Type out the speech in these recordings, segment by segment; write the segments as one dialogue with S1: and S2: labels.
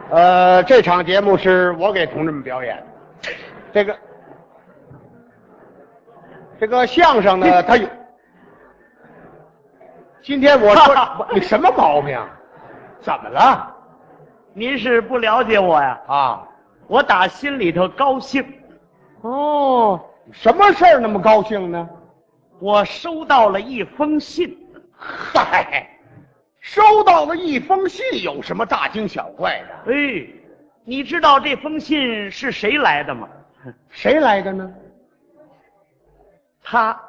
S1: 这场节目是我给同志们表演的。这个相声呢，它有。今天我说你什么毛病？怎么了？
S2: 您是不了解我呀？
S1: 啊，
S2: 我打心里头高兴。
S1: 哦，什么事儿那么高兴呢？
S2: 我收到了一封信。
S1: 嗨，收到了一封信，有什么大惊小怪的？
S2: 哎，你知道这封信是谁来的吗？
S1: 谁来的呢？
S2: 他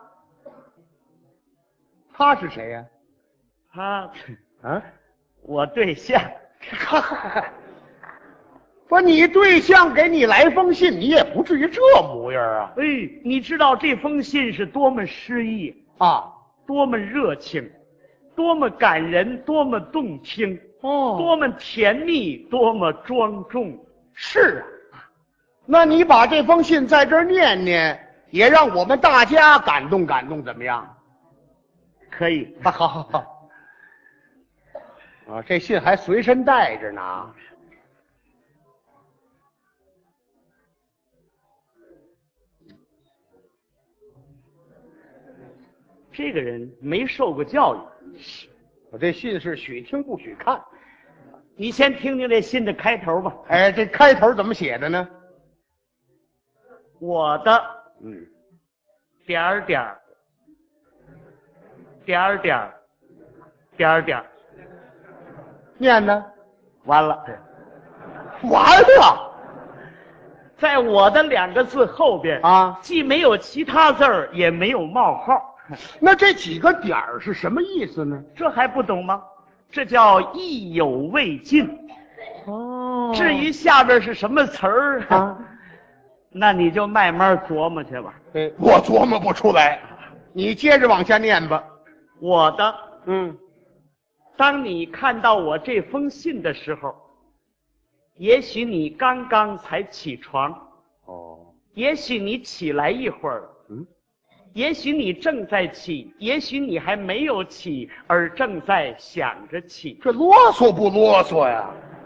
S1: 是谁呀？
S2: 啊，
S1: 我
S2: 对象。
S1: 不，你对象给你来封信，你也不至于这模样啊！
S2: 哎，你知道这封信是多么诗意
S1: 啊，
S2: 多么热情，多么感人，多么动听，多么甜蜜，多么庄重。
S1: 是啊，那你把这封信在这儿念念，也让我们大家感动感动，怎么样？
S2: 可以。
S1: 好。啊，这信还随身带着呢。
S2: 这个人没受过教育。
S1: 我这信是许听不许看。
S2: 你先听听这信的开头吧。
S1: 哎，这开头怎么写的呢？
S2: 我的点儿点儿，
S1: 念呢？
S2: 完了，在我的2个字后边
S1: 啊，
S2: 既没有其他字儿，也没有冒号。
S1: 那这几个点儿是什么意思呢？
S2: 这还不懂吗？这叫意犹未尽。
S1: 哦，
S2: 至于下边是什么词儿
S1: 啊，
S2: 那你就慢慢琢磨去吧。
S1: 我琢磨不出来，你接着往下念吧。
S2: 我的，
S1: 当
S2: 你看到我这封信的时候，也许你刚刚才起床，也许你起来一会儿，也许你正在起，也许你还没有起，而正在想着起。
S1: 这啰嗦不啰嗦呀？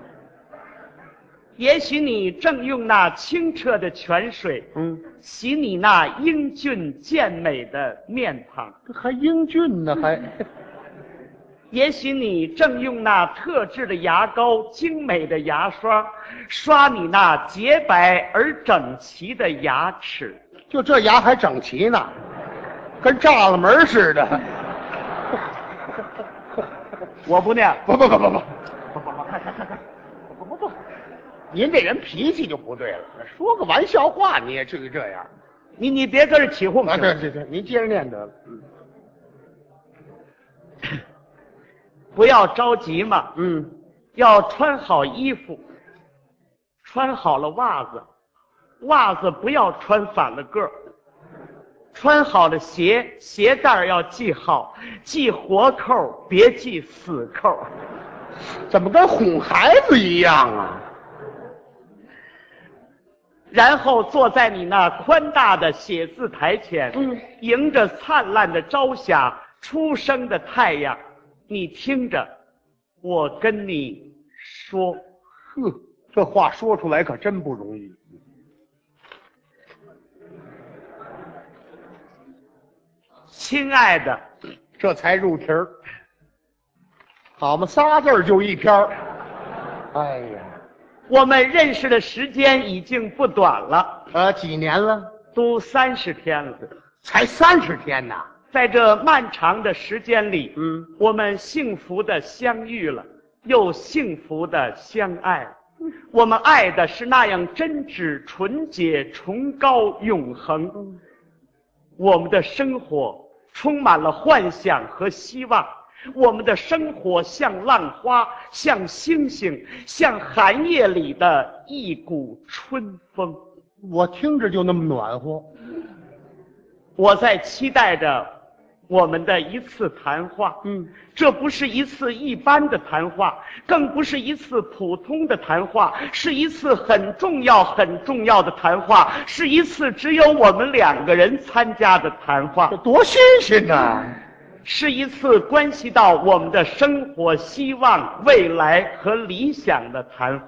S2: 也许你正用那清澈的泉水，洗你那英俊健美的面庞。
S1: 这还英俊呢，还。
S2: 也许你正用那特制的牙膏、精美的牙刷，刷你那洁白而整齐的牙齿。
S1: 就这牙还整齐呢，跟栅栏门似的。
S2: 我不念。
S1: 不，您这人脾气就不对了，说个玩笑话你也至于这样？
S2: 你别跟着起哄
S1: 啊！对，您接着念得了。
S2: 不要着急嘛，要穿好衣服，穿好了袜子，袜子不要穿反了个儿，穿好了鞋，鞋带要系好，系活扣，别系死扣。
S1: 怎么跟哄孩子一样啊？
S2: 然后坐在你那宽大的写字台前，迎着灿烂的朝霞，初升的太阳，你听着，我跟你说。
S1: 这话说出来可真不容易。
S2: 亲爱的，
S1: 这才入题儿。好嘛，3字就一篇儿。哎呀，
S2: 我们认识的时间已经不短了。
S1: 几年了？
S2: 都30天了。
S1: 才30天呐！
S2: 在这漫长的时间里，我们幸福的相遇了，又幸福的相爱了。我们爱的是那样真挚、纯洁、崇高、永恒。我们的生活充满了幻想和希望。我们的生活像浪花，像星星，像寒夜里的一股春风。
S1: 我听着就那么暖和。
S2: 我在期待着我们的一次谈话。这不是一次一般的谈话，更不是一次普通的谈话，是一次很重要很重要的谈话，是一次只有我们2个人参加的谈话。
S1: 这多新鲜呐！
S2: 是一次关系到我们的生活、希望、未来和理想的谈话。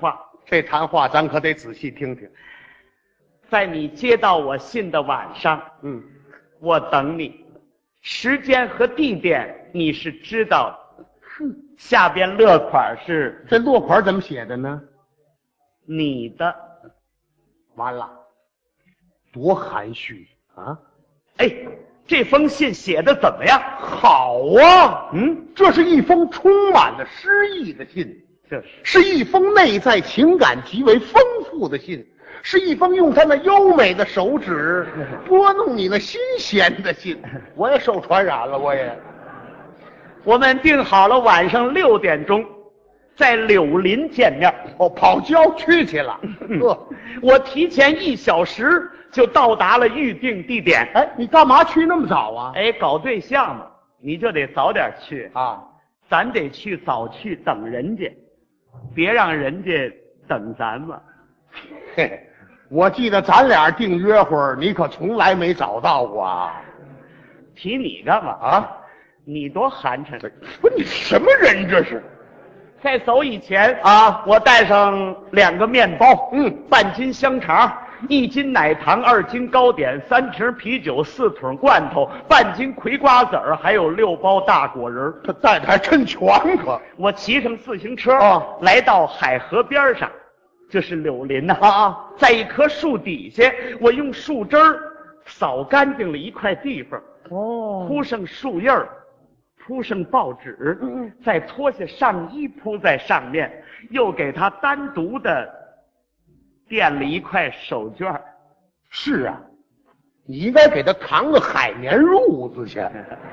S1: 这谈话咱可得仔细听听。
S2: 在你接到我信的晚上，我等你，时间和地点你是知道的。下边落款是
S1: 这落款怎么写的呢？
S2: 你的。
S1: 完了，多含蓄啊！
S2: 哎，这封信写的怎么样？
S1: 好啊，这是一封充满了诗意的信，是一封内在情感极为丰富的信，是一封用他那优美的手指拨弄你那心弦的信。我也受传染了，
S2: 我们定好了晚上6点钟在柳林见面。
S1: 跑郊区去了。
S2: 我提前1小时就到达了预定地点。
S1: 哎，你干嘛去那么早啊？
S2: 哎，搞对象嘛，你就得早点去
S1: 啊。
S2: 咱得早去等人家，别让人家等咱们。
S1: 嘿，我记得咱俩定约会你可从来没早到过啊。
S2: 提你干嘛
S1: 啊？
S2: 你多寒碜！
S1: 不，你什么人这是？
S2: 在走以前
S1: 啊，
S2: 我带上2个面包，半斤香肠，1斤奶糖，2斤糕点，3瓶啤酒，4桶罐头，半斤葵瓜子儿，还有6包大果仁。
S1: 他带的还真全可。
S2: 我骑上自行车来到海河边上，这是柳林呐。在一棵树底下，我用树枝儿扫干净了一块地方，铺上树叶儿，铺上报纸，再脱下上衣铺在上面，又给他单独的垫了一块手绢。
S1: 是啊，你应该给他扛个海绵褥子去。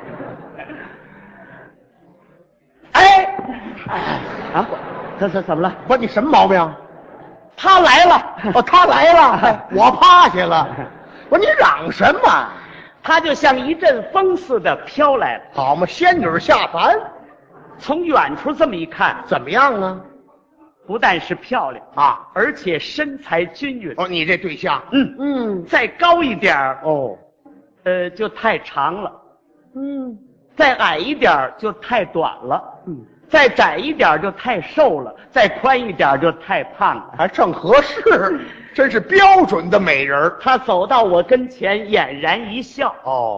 S1: 怎么了？不，你什么毛病？
S2: 他来了。
S1: 他来了，我趴下了。不，你嚷什么？
S2: 他就像一阵风似的飘来了。
S1: 好嘛，仙女下凡。
S2: 从远处这么一看，
S1: 怎么样啊？
S2: 不但是漂亮
S1: 啊，
S2: 而且身材均匀。
S1: 你这对象，
S2: 再高一点就太长了。再矮一点就太短了。再窄一点就太瘦了，再宽一点就太胖了，
S1: 还正合适。真是标准的美人。
S2: 他走到我跟前，俨然一笑。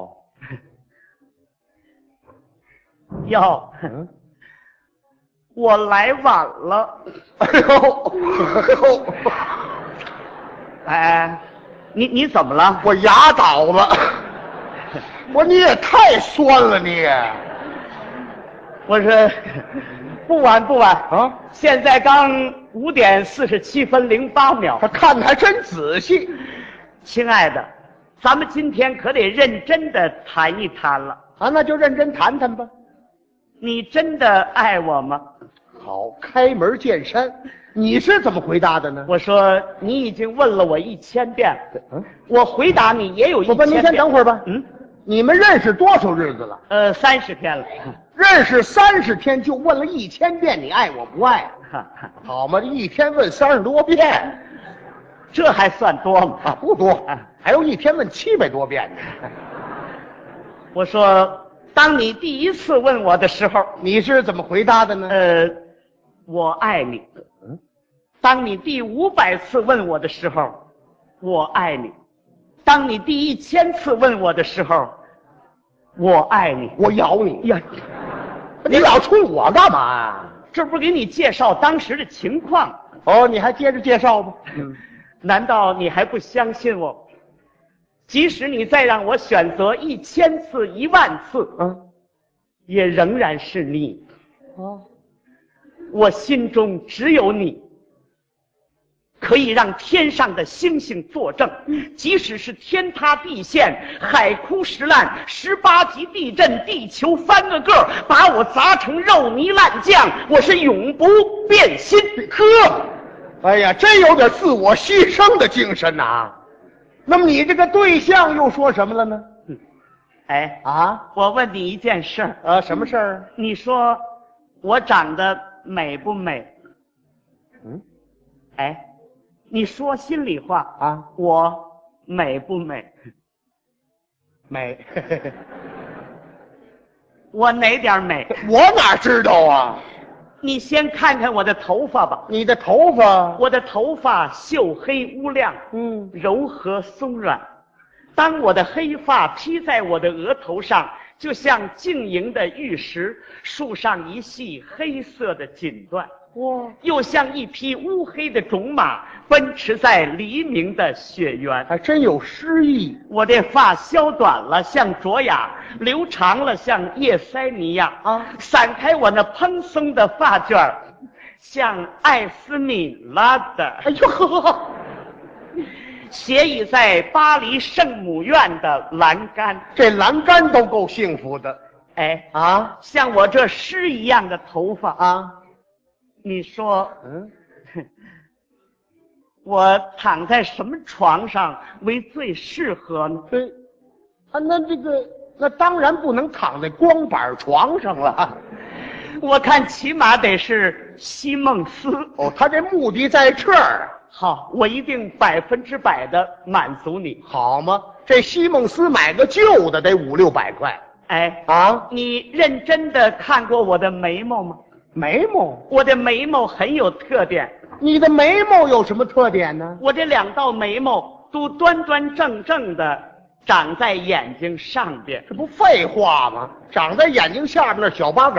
S2: 哟，我来晚了。哎，你怎么了？
S1: 我牙倒了。你也太酸了你。
S2: 我说不晚
S1: 啊！
S2: 现在刚5点47分08秒。
S1: 他看得还真仔细。
S2: 亲爱的，咱们今天可得认真的谈一谈了
S1: 啊！那就认真谈谈吧。
S2: 你真的爱我吗？
S1: 好，开门见山。你是怎么回答的呢？
S2: 我说你已经问了我1000遍了。我回答你也有1000遍。
S1: 不，您先等会儿吧。你们认识多少日子了
S2: ？30天了。
S1: 认识30天就问了1000遍你爱我不爱？好嘛，这一天问30多遍，
S2: 这还算多吗？
S1: 不多，还有一天问700多遍呢。
S2: 我说，当你第1次问我的时候，
S1: 你是怎么回答的呢？
S2: 我爱你。当你第500次问我的时候，我爱你。当你第1000次问我的时候，我爱你。
S1: 我咬你
S2: 呀！
S1: 你老冲我干嘛呀？
S2: 这不是给你介绍当时的情况？
S1: 你还接着介绍吧。
S2: 难道你还不相信我？即使你再让我选择1000次、10000次，也仍然是你。我心中只有你。可以让天上的星星作证，即使是天塌地陷、海枯石烂、18级地震、地球翻个个，把我砸成肉泥烂酱，我是永不变心。
S1: 哎呀，真有点自我牺牲的精神呐。那么你这个对象又说什么了呢？
S2: 我问你一件事儿。
S1: 什么事儿？
S2: 你说我长得美不美？你说心里话我美不美？
S1: 美。
S2: 我哪点美？
S1: 我哪知道啊？
S2: 你先看看我的头发吧。
S1: 你的头发，
S2: 我的头发秀黑乌亮，柔和松软。当我的黑发披在我的额头上，就像晶莹的玉石，束上一系黑色的锦缎。哇！又像一匹乌黑的种马，奔驰在黎明的雪原，
S1: 还真有诗意。
S2: 我的发削短了，像卓雅；留长了，像叶塞尼亚。散开我那蓬松的发卷儿，像艾斯米拉的。
S1: 哎呦呵！
S2: 斜倚在巴黎圣母院的栏杆，
S1: 这栏杆都够幸福的。
S2: 哎啊，像我这诗一样的头发
S1: 啊。
S2: 你说，我躺在什么床上为最适合呢？
S1: 对，那当然不能躺在光板床上了。
S2: 我看起码得是西梦思。
S1: 哦，他这目的在这儿。
S2: 好，我一定100%的满足你。
S1: 好吗？这西梦思买个旧的得500-600块。
S2: 哎
S1: 啊，
S2: 你认真的看过我的眉毛吗？
S1: 眉毛，
S2: 我的眉毛很有特点。
S1: 你的眉毛有什么特点呢？
S2: 我这2道眉毛都端端正正的长在眼睛上边。
S1: 这不废话吗？长在眼睛下边的小八狗。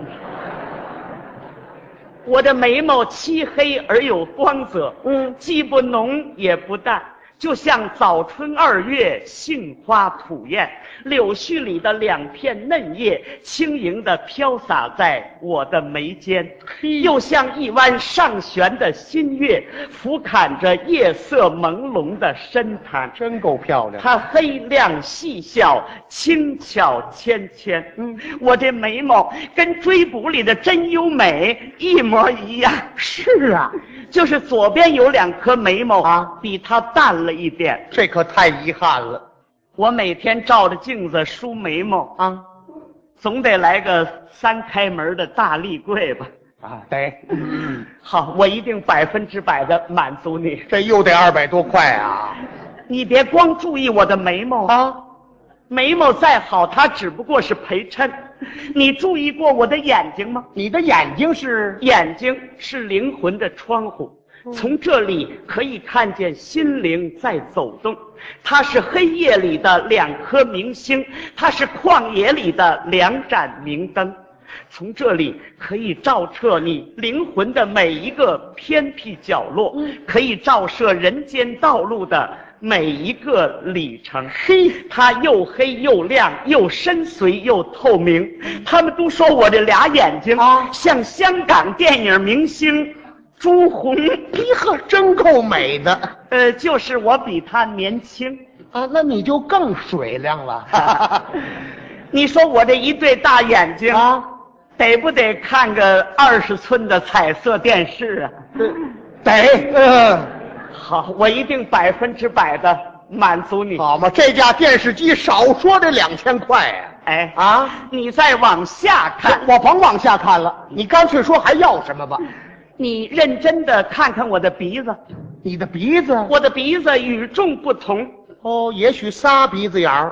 S2: 我的眉毛漆黑而有光泽，既不浓也不淡，就像早春2月杏花吐艳，柳絮里的2片嫩叶轻盈地飘洒在我的眉间，又像一弯上旋的新月俯瞰着夜色朦胧的深潭。
S1: 真够漂亮。
S2: 它黑亮细小，轻巧纤纤。我这眉毛跟追捕里的真优美一模一样。
S1: 是啊，
S2: 就是左边有2颗眉毛啊，比它淡了一点。
S1: 这可太遗憾了。
S2: 我每天照着镜子梳眉毛啊，总得来个3开门的大立柜吧？
S1: 啊，得。
S2: 好，我一定100%的满足你。
S1: 这又得200多块啊！
S2: 你别光注意我的眉毛啊，眉毛再好，它只不过是陪衬。你注意过我的眼睛吗？
S1: 你的眼睛是？
S2: 眼睛是灵魂的窗户。从这里可以看见心灵在走动，它是黑夜里的2颗明星，它是旷野里的2盏明灯。从这里可以照彻你灵魂的每一个偏僻角落，可以照射人间道路的每一个里程。它又黑又亮，又深邃又透明。他们都说我这俩眼睛像香港电影明星朱红。
S1: 呵，真够美的。
S2: 就是我比他年轻
S1: 啊，那你就更水亮了。
S2: 你说我这一对大眼睛啊，得不得看个20寸的彩色电视啊？
S1: 得。
S2: 好，我一定100%的满足你。
S1: 好嘛，这架电视机少说这2000块呀。
S2: 哎啊，你再往下看。
S1: 我甭往下看了，你干脆说还要什么吧。
S2: 你认真的看看我的鼻子。
S1: 你的鼻子？
S2: 我的鼻子与众不同。
S1: 哦，也许仨鼻子眼儿。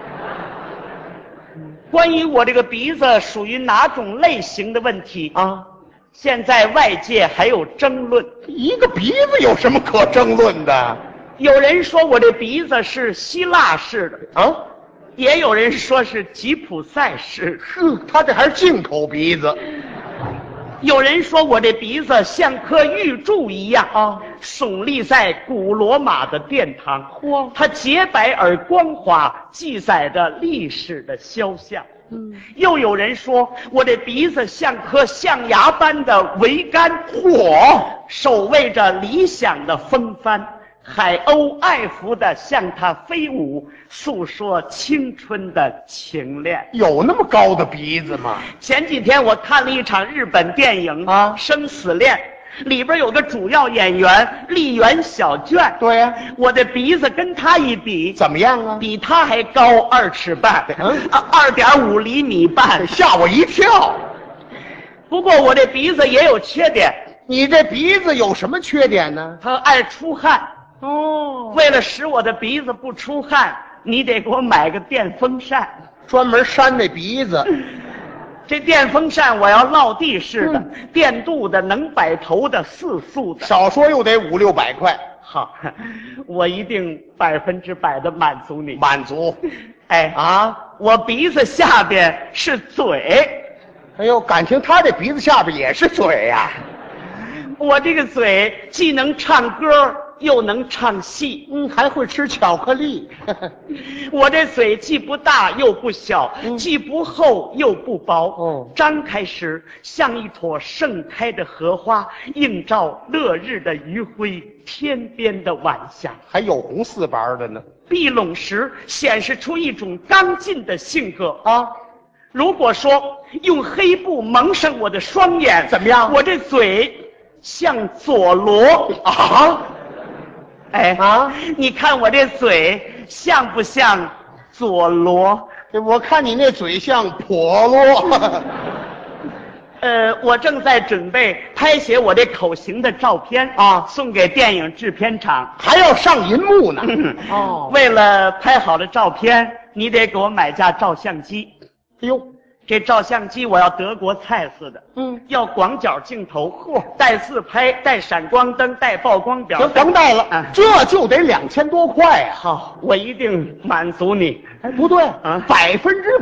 S2: 关于我这个鼻子属于哪种类型的问题啊，现在外界还有争论。
S1: 一个鼻子有什么可争论的？
S2: 有人说我这鼻子是希腊式的啊，也有人说是吉普赛式。
S1: 他这还是进口鼻子。
S2: 有人说我这鼻子像颗玉柱一样啊，耸立在古罗马的殿堂。它洁白而光滑，记载着历史的肖像。又有人说我这鼻子像颗象牙般的桅杆，守卫着理想的风帆。海鸥爱抚地向它飞舞，诉说青春的情恋。
S1: 有那么高的鼻子吗？
S2: 前几天我看了一场日本电影啊，《生死恋》，里边有个主要演员丽媛小娟。
S1: 对呀，
S2: 我的鼻子跟她一比，
S1: 怎么样啊？
S2: 比她还高2尺半，2.5厘米半，
S1: 吓我一跳。
S2: 不过我这鼻子也有缺点。
S1: 你这鼻子有什么缺点呢？
S2: 它爱出汗。为了使我的鼻子不出汗，你得给我买个电风扇，
S1: 专门扇那鼻子。
S2: 这电风扇我要落地式的，电镀的，能摆头的，4速的，
S1: 少说又得500-600块。
S2: 好，我一定100%的满足你。
S1: 满足。
S2: 哎啊，我鼻子下边是嘴。
S1: 哎呦，感情他这鼻子下边也是嘴呀。
S2: 我这个嘴既能唱歌又能唱戏，
S1: 还会吃巧克力。
S2: 我这嘴既不大又不小，既不厚又不薄，张开时像一朵盛开的荷花，映照落日的余晖，天边的晚霞，
S1: 还有红4瓣的呢。
S2: 闭拢时显示出一种刚劲的性格
S1: 啊。
S2: 如果说用黑布蒙上我的双眼，
S1: 怎么样？
S2: 我这嘴像佐罗
S1: 啊。
S2: 哎啊！你看我这嘴像不像佐罗？
S1: 我看你那嘴像婆罗。
S2: 我正在准备拍写我这口型的照片啊，送给电影制片厂，
S1: 还要上银幕呢。
S2: 哦，为了拍好的照片，你得给我买架照相机。
S1: 哎呦，
S2: 这照相机我要德国蔡司的，要广角镜头，带自拍，带闪光灯，带曝光表。
S1: 行，甭带了，这就得2000多块啊！
S2: 好，我一定满足你。
S1: 哎，不对
S2: 啊
S1: ，100%。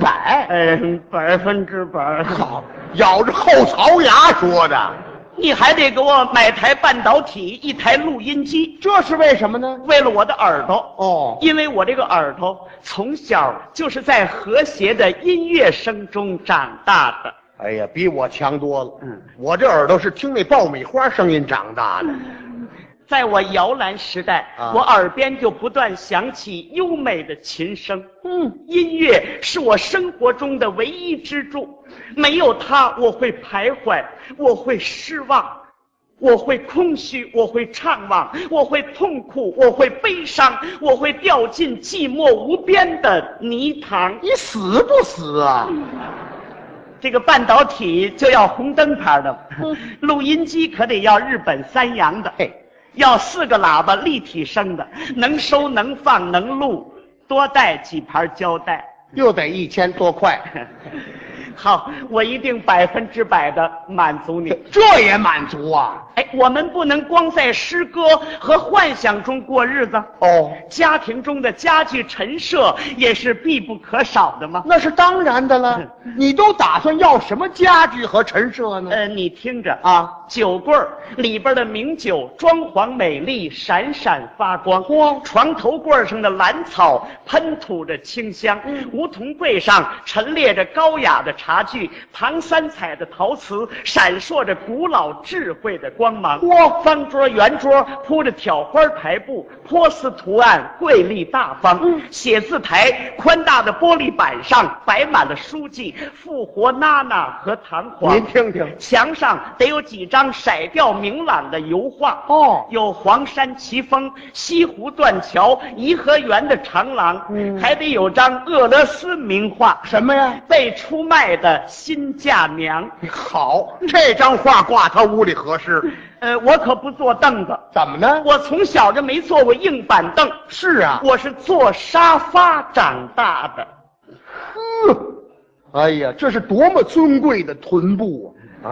S2: 100%。
S1: 好，咬着后槽牙说的。
S2: 你还得给我买台半导体，一台录音机，
S1: 这是为什么呢？
S2: 为了我的耳朵
S1: 哦，
S2: 因为我这个耳朵从小就是在和谐的音乐声中长大的。
S1: 哎呀，比我强多了。我这耳朵是听那爆米花声音长大的。
S2: 在我摇篮时代，我耳边就不断响起优美的琴声。音乐是我生活中的唯一支柱，没有它，我会徘徊，我会失望，我会空虚，我会怅惘，我会痛苦，我会悲伤，我会掉进寂寞无边的泥塘。
S1: 你死不死啊？
S2: 这个半导体就要红灯牌的，录音机可得要日本3洋的。要4个喇叭立体声的，能收能放能录，多带几盘胶带，
S1: 又得1000多块。
S2: 好，我一定100%的满足你。
S1: 这也满足啊？
S2: 哎，我们不能光在诗歌和幻想中过日子
S1: 哦，
S2: 家庭中的家具陈设也是必不可少的吗？
S1: 那是当然的了。你都打算要什么家具和陈设呢？
S2: 你听着
S1: 啊，
S2: 酒柜里边的名酒装潢美丽，闪闪发光。床头柜上的兰草喷吐着清香，梧桐柜上陈列着高雅的茶具，唐三彩的陶瓷闪烁着古老智慧的光芒。方桌圆桌铺着挑花台布，波斯图案瑰丽大方。写字台宽大的玻璃板上摆满了书籍，复活娜娜和弹簧。
S1: 您听听，
S2: 墙上得有几张色调明朗的油画。有黄山奇峰、西湖断桥、颐和园的长廊，还得有张俄罗斯名画。
S1: 什么呀？
S2: 被出卖的新嫁娘。
S1: 好，这张画挂他屋里合适。
S2: 我可不坐凳子。
S1: 怎么呢？
S2: 我从小就没坐过硬板凳。
S1: 是啊，
S2: 我是坐沙发长大的。
S1: 哎呀，这是多么尊贵的臀部啊！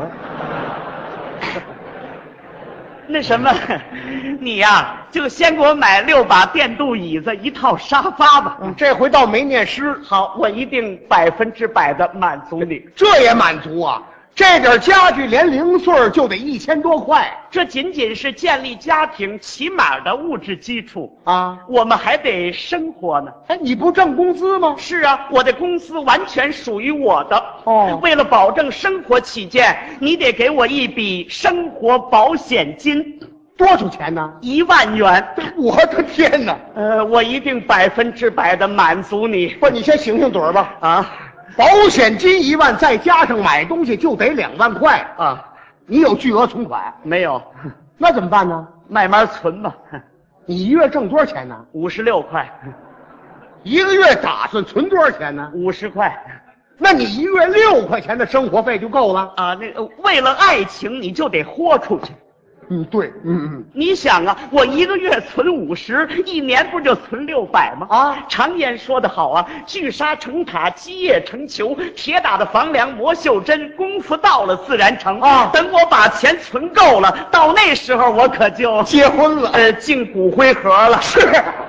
S2: 那什么，你呀，就先给我买6把电镀椅子，1套沙发吧。
S1: 这回倒没念诗。
S2: 好，我一定100%的满足你。
S1: 这也满足啊？这点家具连零碎就得1000多块，
S2: 这仅仅是建立家庭起码的物质基础
S1: 啊！
S2: 我们还得生活呢。
S1: 哎，你不挣工资吗？
S2: 是啊，我的公司完全属于我的。为了保证生活起见，你得给我一笔生活保险金。
S1: 多少钱呢
S2: ？1万元。
S1: 我的天哪！
S2: 我一定100%的满足你。
S1: 不，你先醒醒盹吧。
S2: 啊！
S1: 保险金1万，再加上买东西就得2万块
S2: 啊！
S1: 你有巨额存款
S2: 没有？
S1: 那怎么办呢？
S2: 慢慢存吧。
S1: 你1月挣多少钱呢
S2: ？56块。
S1: 1个月打算存多少钱呢
S2: ？50块。
S1: 那你1月6块钱的生活费就够了
S2: 啊？那为了爱情，你就得豁出去。
S1: 对，
S2: 你想啊，我一个月存50，一年不就存600吗？
S1: 啊，
S2: 常言说得好啊，聚沙成塔，积业成裘，铁打的房梁磨袖针，功夫到了自然成
S1: 啊。
S2: 等我把钱存够了，到那时候我可就
S1: 结婚了，
S2: 进骨灰盒了。
S1: 是。